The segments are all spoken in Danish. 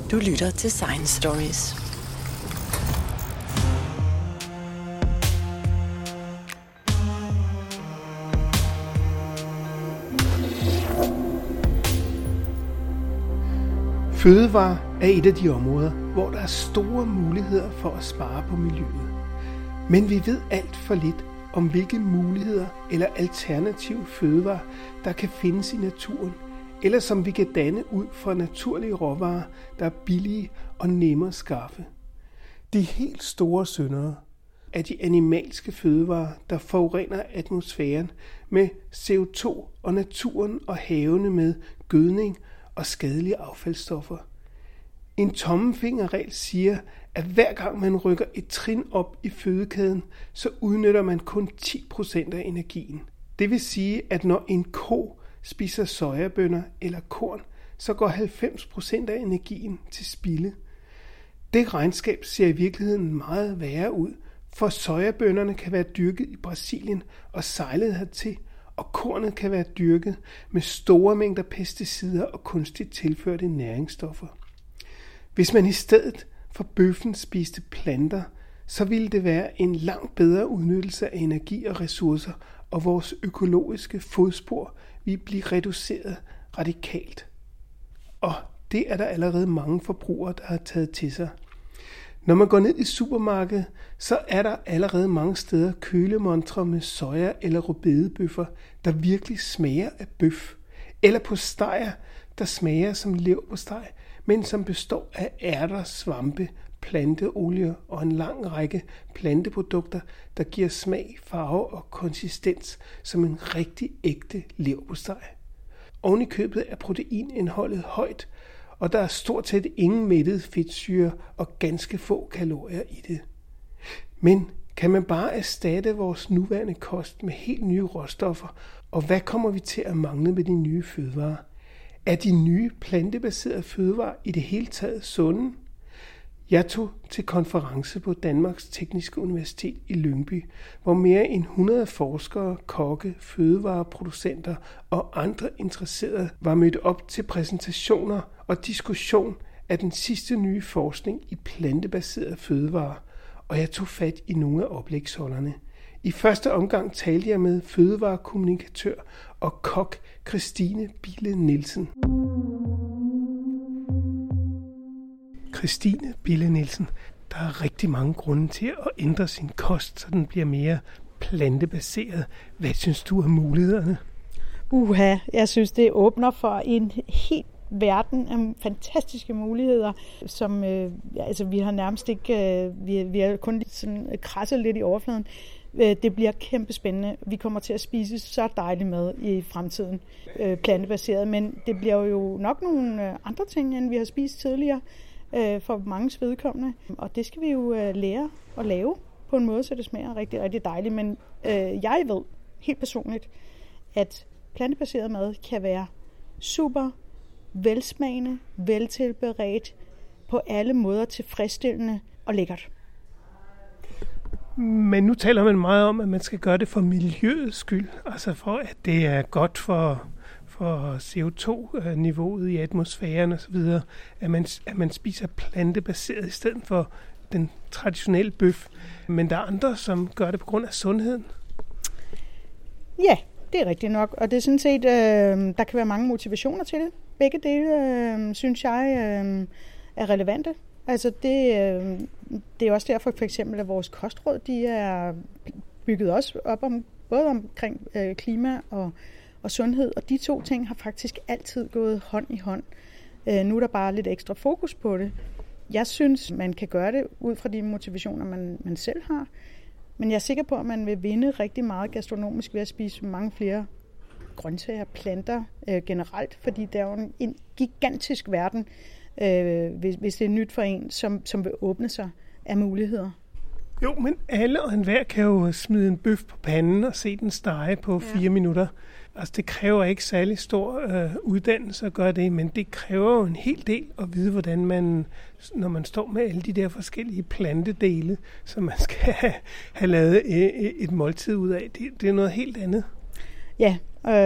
Du lytter til Science Stories. Fødevarer er et af de områder, hvor der er store muligheder for at spare på miljøet. Men vi ved alt for lidt om, hvilke muligheder eller alternative fødevarer, der kan findes i naturen, eller som vi kan danne ud fra naturlige råvarer, der er billige og nemme at skaffe. De helt store syndere er de animalske fødevarer, der forurener atmosfæren med CO2 og naturen og havene med gødning og skadelige affaldsstoffer. En tommelfingerregel siger, at hver gang man rykker et trin op i fødekæden, så udnytter man kun 10% af energien. Det vil sige, at når en ko spiser sojabønner eller korn, så går 90% af energien til spilde. Det regnskab ser i virkeligheden meget værre ud, for sojabønnerne kan være dyrket i Brasilien og sejlet hertil, og kornet kan være dyrket med store mængder pesticider og kunstigt tilførte næringsstoffer. Hvis man i stedet for bøffen spiste planter, så ville det være en langt bedre udnyttelse af energi og ressourcer, og vores økologiske fodspor ville blive reduceret radikalt. Og det er der allerede mange forbrugere, der har taget til sig. Når man går ned i supermarkedet, så er der allerede mange steder kølemontre med soja eller rødbedebøffer, der virkelig smager af bøf. Eller på steger, der smager som leverpostej, men som består af ærter, svampe, planteolier og en lang række planteprodukter, der giver smag, farve og konsistens som en rigtig ægte leverpostej. Oven i købet er proteinindholdet højt, og der er stort set ingen mættede fedtsyre og ganske få kalorier i det. Men kan man bare erstatte vores nuværende kost med helt nye råstoffer, og hvad kommer vi til at mangle med de nye fødevarer? Er de nye plantebaserede fødevarer i det hele taget sunde? Jeg tog til konference på Danmarks Tekniske Universitet i Lyngby, hvor mere end 100 forskere, kokke, fødevareproducenter og andre interesserede var mødt op til præsentationer og diskussion af den sidste nye forskning i plantebaserede fødevarer, og jeg tog fat i nogle af oplægsholderne. I første omgang talte jeg med fødevarekommunikatør og kok Christine Bille Nielsen. Christine Bille Nielsen, der er rigtig mange grunde til at ændre sin kost, så den bliver mere plantebaseret. Hvad synes du om mulighederne? Jeg synes, det åbner for en helt verden af fantastiske muligheder, som vi har nærmest ikke, vi har kun sådan krasset lidt i overfladen. Det bliver kæmpe spændende. Vi kommer til at spise så dejligt mad i fremtiden, plantebaseret, men det bliver jo nok nogle andre ting, end vi har spist tidligere for manges vedkommende. Og det skal vi jo lære at lave på en måde, så det smager rigtig, rigtig dejligt. Men jeg ved helt personligt, at plantebaseret mad kan være super velsmagende, veltilberedt, på alle måder tilfredsstillende og lækkert. Men nu taler man meget om, at man skal gøre det for miljøets skyld, altså for at det er godt for CO2-niveauet i atmosfæren osv., at man spiser plantebaseret i stedet for den traditionelle bøf. Men der er andre, som gør det på grund af sundheden. Ja, det er rigtigt nok, og det er sådan set, der kan være mange motivationer til det. Begge dele, synes jeg, er relevante. Altså det er også derfor for eksempel, at vores kostråd, de er bygget også op om, både omkring klima og sundhed, og de to ting har faktisk altid gået hånd i hånd. Nu er der bare lidt ekstra fokus på det. Jeg synes, man kan gøre det ud fra de motivationer, man selv har, men jeg er sikker på, at man vil vinde rigtig meget gastronomisk ved at spise mange flere grøntsager, planter generelt, fordi der er jo en gigantisk verden, hvis det er nyt for en, som vil åbne sig af muligheder. Jo, men alle og enhver kan jo smide en bøf på panden og se den stege på 4 minutter. Altså det kræver ikke særlig stor uddannelse at gøre det, men det kræver jo en hel del at vide, hvordan man, når man står med alle de der forskellige plantedele, som man skal have lavet et måltid ud af. Det er noget helt andet. Ja,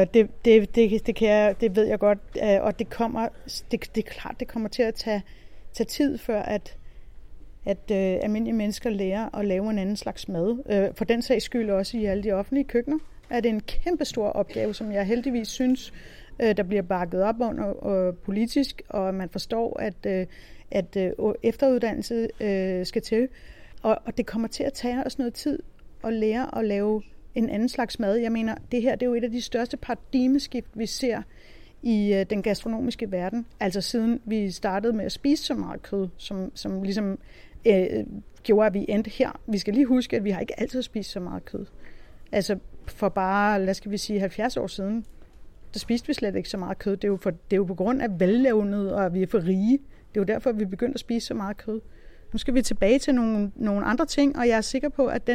det ved jeg godt, og det er klart, det kommer til at tage tage tid før, at almindelige mennesker lærer at lave en anden slags mad. For den sags skyld også i alle de offentlige køkkener er det en kæmpe stor opgave, som jeg heldigvis synes, der bliver bakket op under politisk, og man forstår, at efteruddannelse skal til. Og det kommer til at tage os noget tid at lære at lave en anden slags mad. Jeg mener, det her det er jo et af de største paradigmeskift, vi ser i den gastronomiske verden. Altså siden vi startede med at spise så meget kød, som ligesom gjorde, at vi endte her. Vi skal lige huske, at vi har ikke altid spist så meget kød. Altså for bare, lad skal vi sige, 70 år siden, der spiste vi slet ikke så meget kød. Det er jo på grund af vellevnet, og vi er for rige. Det er jo derfor, vi begyndte at spise så meget kød. Nu skal vi tilbage til nogle andre ting, og jeg er sikker på, at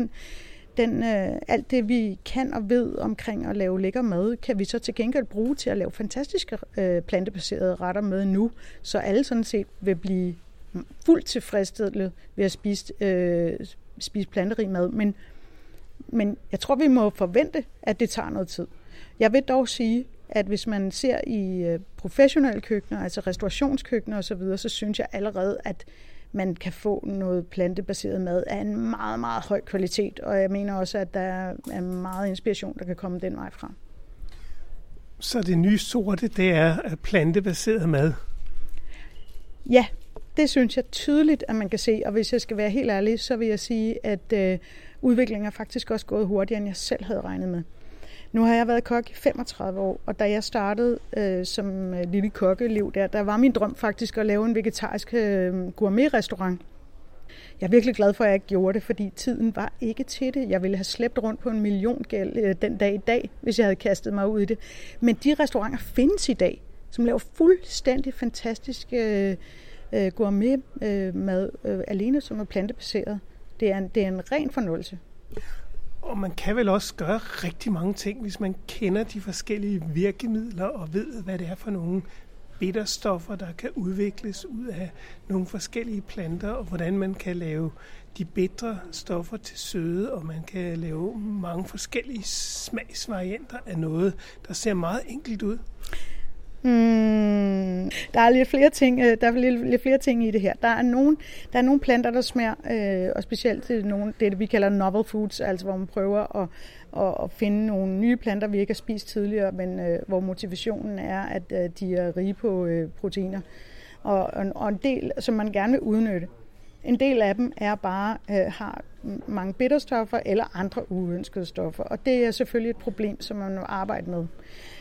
alt det, vi kan og ved omkring at lave lækker mad, kan vi så til gengæld bruge til at lave fantastiske plantebaserede retter med nu, så alle sådan set vil blive fuldt tilfredsstillet ved at spise planterig mad. Men jeg tror, vi må forvente, at det tager noget tid. Jeg vil dog sige, at hvis man ser i professionelle køkkener, altså restaurationskøkkener osv., så synes jeg allerede, at man kan få noget plantebaseret mad af en meget, meget høj kvalitet. Og jeg mener også, at der er meget inspiration, der kan komme den vej fra. Så det nye sorte, det er plantebaseret mad? Ja, det synes jeg tydeligt, at man kan se. Og hvis jeg skal være helt ærlig, så vil jeg sige, at udviklingen er faktisk også gået hurtigere, end jeg selv havde regnet med. Nu har jeg været kok i 35 år, og da jeg startede som lille kokkeliv der var min drøm faktisk at lave en vegetarisk gourmet-restaurant. Jeg er virkelig glad for, at jeg ikke gjorde det, fordi tiden var ikke til det. Jeg ville have slæbt rundt på 1 million gæld den dag i dag, hvis jeg havde kastet mig ud i det. Men de restauranter findes i dag, som laver fuldstændig fantastisk gourmet-mad alene, som er plantebaseret. Det er en ren fornøjelse. Og man kan vel også gøre rigtig mange ting, hvis man kender de forskellige virkemidler og ved, hvad det er for nogle bitterstoffer, der kan udvikles ud af nogle forskellige planter, og hvordan man kan lave de bitre stoffer til søde, og man kan lave mange forskellige smagsvarianter af noget, der ser meget enkelt ud. Der er lidt flere ting i det her. Der er nogle planter, der smager, og specielt det vi kalder novel foods, altså hvor man prøver at finde nogle nye planter, vi ikke har spist tidligere, men hvor motivationen er, at de er rige på proteiner. Og en del, som man gerne vil udnytte. En del af dem er bare har mange bitterstoffer eller andre uønskede stoffer, og det er selvfølgelig et problem, som man må arbejde med.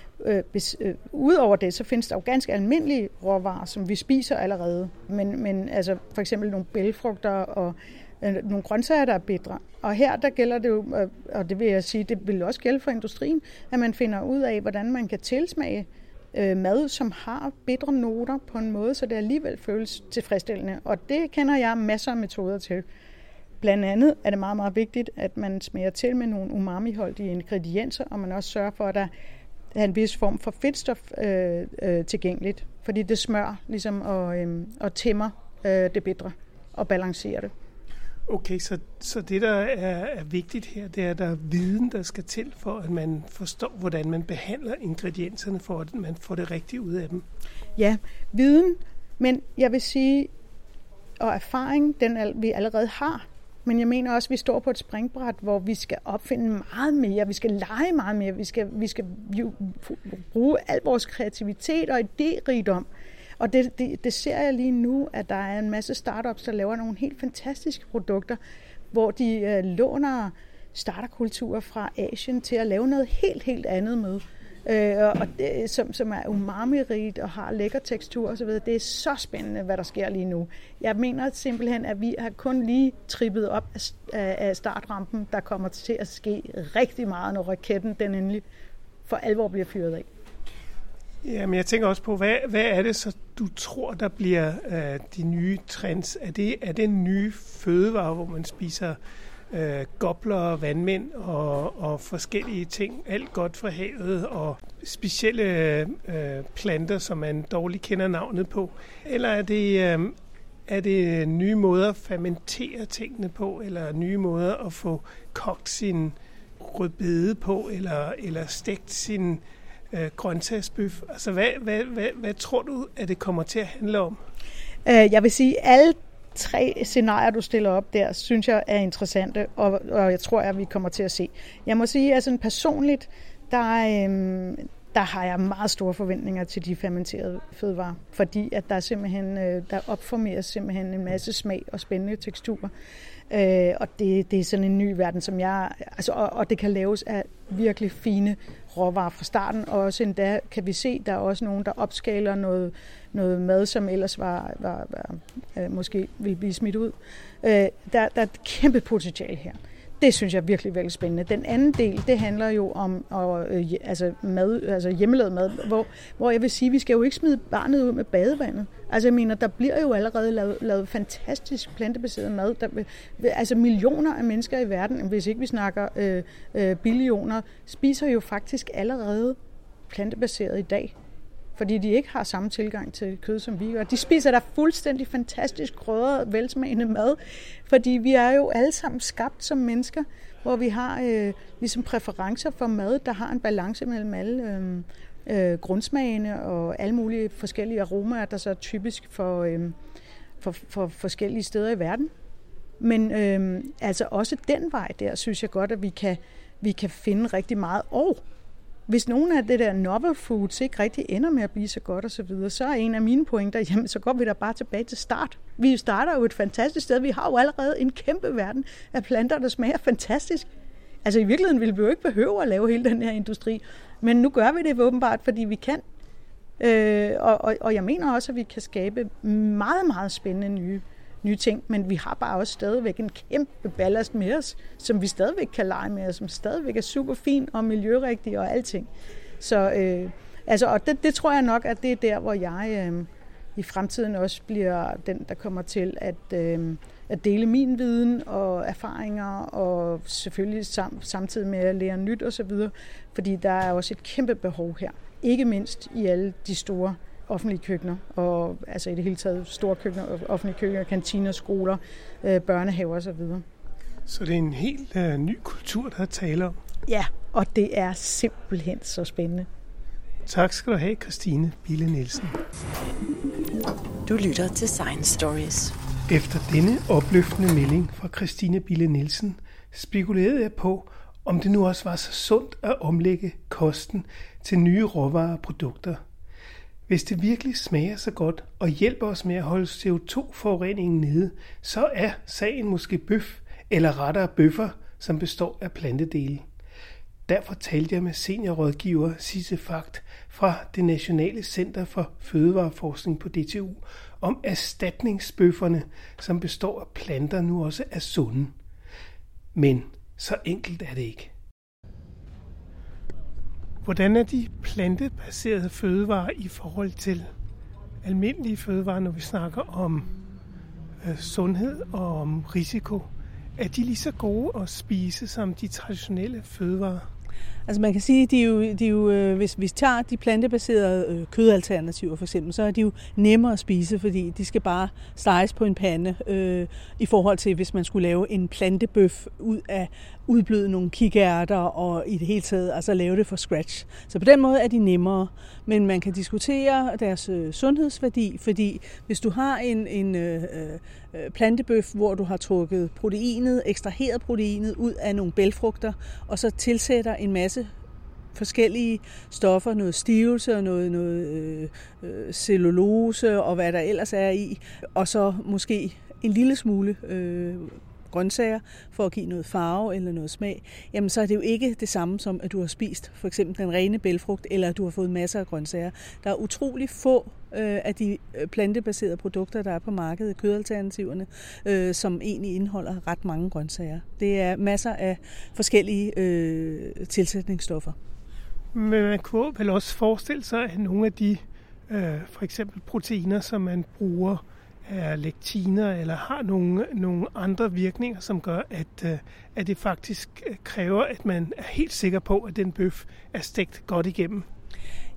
Udover det, så findes der jo ganske almindelige råvarer, som vi spiser allerede. Men altså for eksempel nogle bælgfrugter og nogle grøntsager, der er bitre. Og her der gælder det jo, og det vil jeg sige, det vil også gælde for industrien, at man finder ud af, hvordan man kan tilsmage mad, som har bitre noter på en måde, så det alligevel føles tilfredsstillende. Og det kender jeg masser af metoder til. Blandt andet er det meget, meget vigtigt, at man smager til med nogle umami-holdige ingredienser, og man også sørger for, at der er en vis form for fedtstof tilgængeligt, fordi det smør ligesom og tæmmer det bitre og balancerer det. Okay, så det, der er vigtigt her, det er, at der er viden, der skal til, for at man forstår, hvordan man behandler ingredienserne, for at man får det rigtigt ud af dem. Ja, viden, men jeg vil sige, og erfaring, den vi allerede har. Men jeg mener også, at vi står på et springbræt, hvor vi skal opfinde meget mere, vi skal lege meget mere, vi skal bruge al vores kreativitet og idérigdom. Og det ser jeg lige nu, at der er en masse startups, der laver nogle helt fantastiske produkter, hvor de låner starterkulturer fra Asien til at lave noget helt, helt andet med. Og det, som er umami-rigt og har lækker tekstur osv. Det er så spændende, hvad der sker lige nu. Jeg mener simpelthen, at vi har kun lige trippet op af startrampen. Der kommer til at ske rigtig meget, når raketten den endelig for alvor bliver fyret af. Ja, men jeg tænker også på, hvad er det så, du tror, der bliver de nye trends? Er det nye fødevarer, hvor man spiser gobler, vandmænd og forskellige ting, alt godt fra havet, og specielle planter, som man dårligt kender navnet på? Eller er det nye måder at fermentere tingene på, eller nye måder at få kogt sin rødbede på, eller stegt sin grøntsagsbøf? Altså, hvad tror du, at det kommer til at handle om? Jeg vil sige, at alle 3 scenarier, du stiller op der, synes jeg er interessante, og jeg tror, at vi kommer til at se. Jeg må sige, at sådan personligt, der har jeg meget store forventninger til de fermenterede fødevarer, fordi at der simpelthen der opformeres simpelthen en masse smag og spændende teksturer. Og det er sådan en ny verden, som og det kan laves af virkelig fine råvarer fra starten, og også endda kan vi se, der er også nogen, der opskaler noget mad, som ellers måske ville blive smidt ud. Der er et kæmpe potentiale her. Det synes jeg er virkelig, virkelig spændende. Den anden del, det handler jo om mad, hjemmelavet mad, hvor jeg vil sige, vi skal jo ikke smide barnet ud med badevandet. Altså jeg mener, der bliver jo allerede lavet fantastisk plantebaseret mad. Millioner af mennesker i verden, hvis ikke vi snakker billioner, spiser jo faktisk allerede plantebaseret i dag. Fordi de ikke har samme tilgang til kød, som vi gør. De spiser der fuldstændig fantastisk krydret, velsmagende mad, fordi vi er jo alle sammen skabt som mennesker, hvor vi har ligesom præferencer for mad, der har en balance mellem alle grundsmagene og alle mulige forskellige aromaer, der så er typisk for forskellige steder i verden. Men også den vej der, synes jeg godt, at vi kan finde rigtig meget. Og hvis nogle af det der novel foods ikke rigtig ender med at blive så godt og så videre, så er en af mine pointer, jamen så går vi da bare tilbage til start. Vi starter jo et fantastisk sted. Vi har jo allerede en kæmpe verden af planter, der smager fantastisk. Altså i virkeligheden ville vi jo ikke behøve at lave hele den her industri, men nu gør vi det åbenbart, fordi vi kan. Og jeg mener også, at vi kan skabe meget, meget spændende nye ting, men vi har bare også stadigvæk en kæmpe ballast med os, som vi stadigvæk kan lege med, og som stadigvæk er super fin og miljørigtig og alting. Så og det tror jeg nok, at det er der, hvor jeg i fremtiden også bliver den, der kommer til at dele min viden og erfaringer, og selvfølgelig samtidig med at lære nyt og så videre, fordi der er også et kæmpe behov her. Ikke mindst i alle de store offentlige køkkener, og altså i det hele taget store køkkener, offentlige køkkener, kantiner, skoler, børnehaver og så videre. Så det er en helt ny kultur, der taler om? Ja, og det er simpelthen så spændende. Tak skal du have, Christine Bille Nielsen. Du lytter til Science Stories. Efter denne opløftende melding fra Christine Bille Nielsen, spekulerede jeg på, om det nu også var så sundt at omlægge kosten til nye råvarer og produkter. Hvis det virkelig smager så godt og hjælper os med at holde CO2-forureningen nede, så er sagen måske bøf, eller rettere bøffer, som består af plantedele. Derfor talte jeg med seniorrådgiver Sisse Fagt fra det Nationale Center for Fødevareforskning på DTU om erstatningsbøfferne, som består af planter, nu også er sunde. Men så enkelt er det ikke. Hvordan er de plantebaserede fødevarer i forhold til almindelige fødevarer, når vi snakker om sundhed og om risiko? Er de lige så gode at spise som de traditionelle fødevarer? Altså man kan sige, at de er jo, hvis vi tager de plantebaserede kødalternativer for eksempel, så er de jo nemmere at spise, fordi de skal bare steges på en pande i forhold til, hvis man skulle lave en plantebøf ud af udbløde nogle kikærter og i det hele taget altså lave det fra scratch. Så på den måde er de nemmere, men man kan diskutere deres sundhedsværdi, fordi hvis du har en plantebøf, hvor du har trukket ekstraheret proteinet ud af nogle bælgfrugter, og så tilsætter en masse forskellige stoffer, noget stivelse og noget cellulose og hvad der ellers er i, og så måske en lille smule grøntsager for at give noget farve eller noget smag, jamen så er det jo ikke det samme som, at du har spist for eksempel den rene bælgfrugt, eller at du har fået masser af grøntsager. Der er utrolig få af de plantebaserede produkter, der er på markedet, kødalternativerne, som egentlig indeholder ret mange grøntsager. Det er masser af forskellige tilsætningsstoffer. Men man kunne vel også forestille sig, at nogle af de for eksempel proteiner, som man bruger, er lektiner eller har nogle andre virkninger, som gør, at det faktisk kræver, at man er helt sikker på, at den bøf er stegt godt igennem.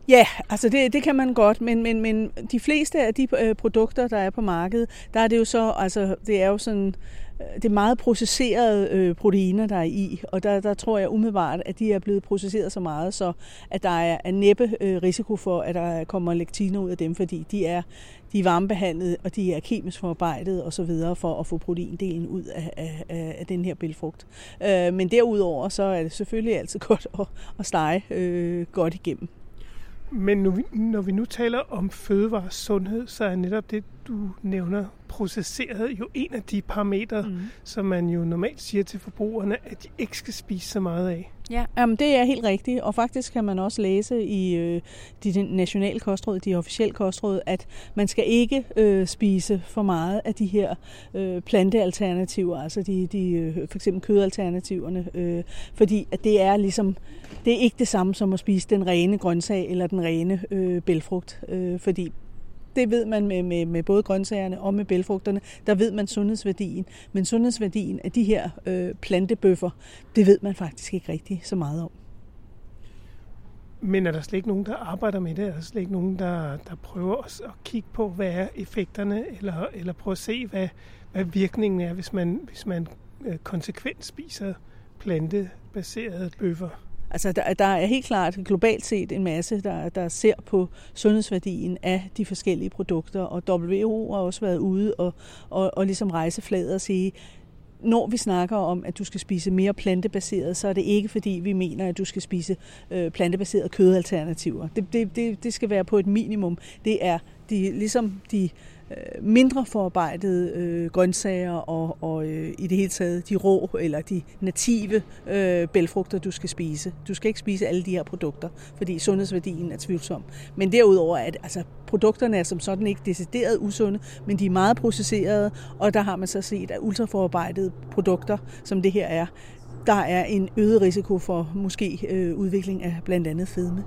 Ja, altså det kan man godt, men de fleste af de produkter, der er på markedet, der er det jo så, altså det er jo sådan, det er meget processerede proteiner, der er i, og der tror jeg umiddelbart, at de er blevet processeret så meget, så at der er næppe risiko for, at der kommer lektiner ud af dem, fordi de er varmebehandlet, og de er kemisk forarbejdet og så videre for at få proteindelen ud af den her bælgfrugt. Men derudover så er det selvfølgelig altid godt at stege godt igennem. Men når vi nu taler om fødevaresundhed, så er netop det, du nævner, processeret jo en af de parametre, som man jo normalt siger til forbrugerne, at de ikke skal spise så meget af. Ja, det er helt rigtigt, og faktisk kan man også læse i de nationale kostråd, de officielle kostråd, at man skal ikke spise for meget af de her plantealternativer, altså for eksempel kødalternativerne, fordi at det er ligesom, det er ikke det samme som at spise den rene grøntsag eller den rene bælgfrugt, fordi det ved man med både grøntsagerne og med bælgfrugterne, der ved man sundhedsværdien. Men sundhedsværdien af de her plantebøffer, det ved man faktisk ikke rigtig så meget om. Men er der slet ikke nogen, der arbejder med det? Er der slet ikke nogen, der prøver at kigge på, hvad er effekterne, eller prøve at se, hvad virkningen er, hvis man konsekvent spiser plantebaserede bøffer? Altså, der er helt klart globalt set en masse, der ser på sundhedsværdien af de forskellige produkter, og WHO har også været ude og ligesom rejse flaget og sige, når vi snakker om, at du skal spise mere plantebaseret, så er det ikke fordi, vi mener, at du skal spise plantebaserede kødalternativer. Det skal være på et minimum. Det er ligesom de mindre forarbejdede grøntsager og i det hele taget de rå eller de native bælgfrugter, du skal spise. Du skal ikke spise alle de her produkter, fordi sundhedsværdien er tvivlsom. Men derudover er produkterne er som sådan ikke decideret usunde, men de er meget processerede, og der har man så set, at ultraforarbejdede produkter, som det her er, der er en øget risiko for måske udvikling af blandt andet fedme.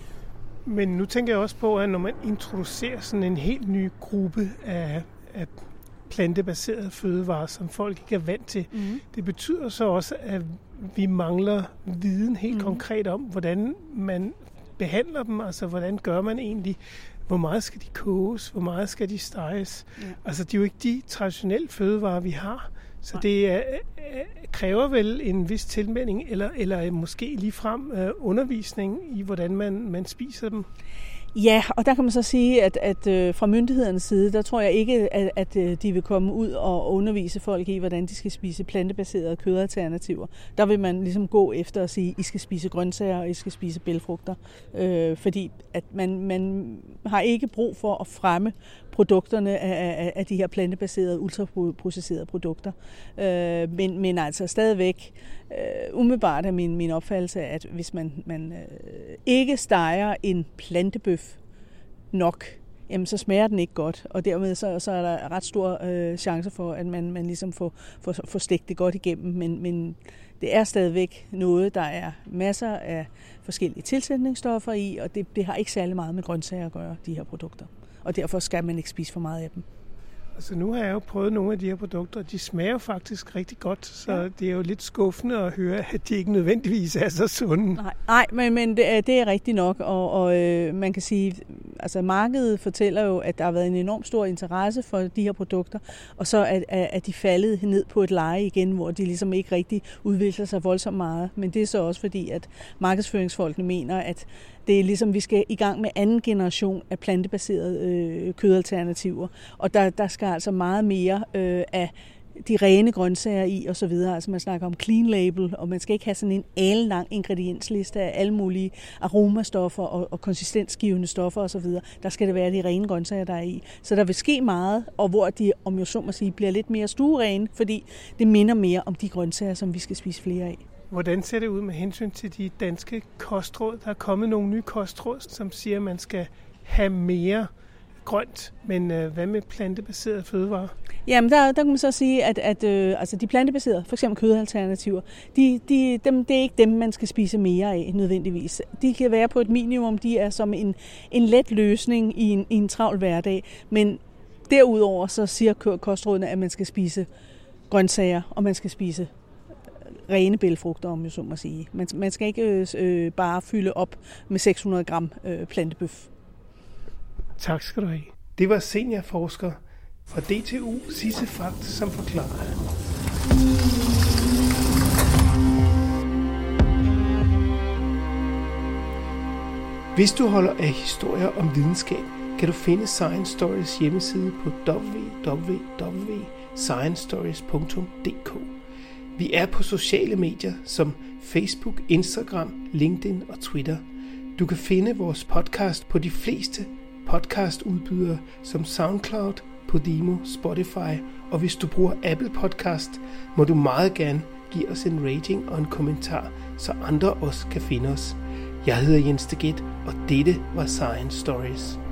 Men nu tænker jeg også på, at når man introducerer sådan en helt ny gruppe af plantebaserede fødevarer, som folk ikke er vant til, det betyder så også, at vi mangler viden helt konkret om, hvordan man behandler dem, altså hvordan gør man egentlig, hvor meget skal de koges, hvor meget skal de steges. Ja. Altså det er jo ikke de traditionelle fødevarer, vi har. Så det kræver vel en vis tilmelding, eller måske ligefrem undervisning i, hvordan man spiser dem. Ja, og der kan man så sige, at fra myndighedernes side, der tror jeg ikke, at de vil komme ud og undervise folk i, hvordan de skal spise plantebaserede kødalternativer. Der vil man ligesom gå efter at sige, I skal spise grøntsager, og I skal spise bælgfrugter. Fordi at man har ikke brug for at fremme produkterne af de her plantebaserede, ultraprocesserede produkter. Men altså stadigvæk, umiddelbart er min opfattelse, at hvis man ikke steger en plantebøf nok, jamen så smager den ikke godt, og dermed så er der ret stor chance for, at man ligesom får stegt det godt igennem, men det er stadigvæk noget, der er masser af forskellige tilsætningsstoffer i, og det har ikke særlig meget med grøntsager at gøre, de her produkter. Og derfor skal man ikke spise for meget af dem. Altså nu har jeg jo prøvet nogle af de her produkter, og de smager faktisk rigtig godt, så det er jo lidt skuffende at høre, at de ikke nødvendigvis er så sunde. Nej, men det er rigtigt nok, og man kan sige, altså markedet fortæller jo, at der har været en enorm stor interesse for de her produkter, og så er de faldet ned på et leje igen, hvor de ligesom ikke rigtig udvikler sig voldsomt meget. Men det er så også fordi, at markedsføringsfolkene mener, at det er ligesom, vi skal i gang med anden generation af plantebaserede kødalternativer, og der skal altså meget mere af de rene grøntsager i og så videre. Altså man snakker om clean label, og man skal ikke have sådan en alenlang ingrediensliste af alle mulige aromastoffer og konsistensgivende stoffer og så videre. Der skal det være de rene grøntsager, der er i. Så der vil ske meget, og hvor de, om jeg så må sige, bliver lidt mere stuerene, fordi det minder mere om de grøntsager, som vi skal spise flere af. Hvordan ser det ud med hensyn til de danske kostråd? Der er kommet nogle nye kostråd, som siger, at man skal have mere grønt, men hvad med plantebaserede fødevarer? Jamen, der kan man så sige, at altså de plantebaserede, f.eks. kødalternativer, det er ikke dem, man skal spise mere af nødvendigvis. De kan være på et minimum, de er som en let løsning i en travl hverdag, men derudover så siger kostrådene, at man skal spise grøntsager, og man skal spise rene bælgfrugter, om jeg så må sige. Man skal ikke bare fylde op med 600 gram plantebøf. Tak skal du have. Det var seniorforsker fra DTU Sisse Fagt, som forklarede. Hvis du holder af historier om videnskab, kan du finde Science Stories hjemmeside på www.sciencestories.dk. Vi er på sociale medier som Facebook, Instagram, LinkedIn og Twitter. Du kan finde vores podcast på de fleste podcastudbydere som SoundCloud, Podimo, Spotify, og hvis du bruger Apple Podcast, må du meget gerne give os en rating og en kommentar, så andre også kan finde os. Jeg hedder Jens Deget, og dette var Science Stories.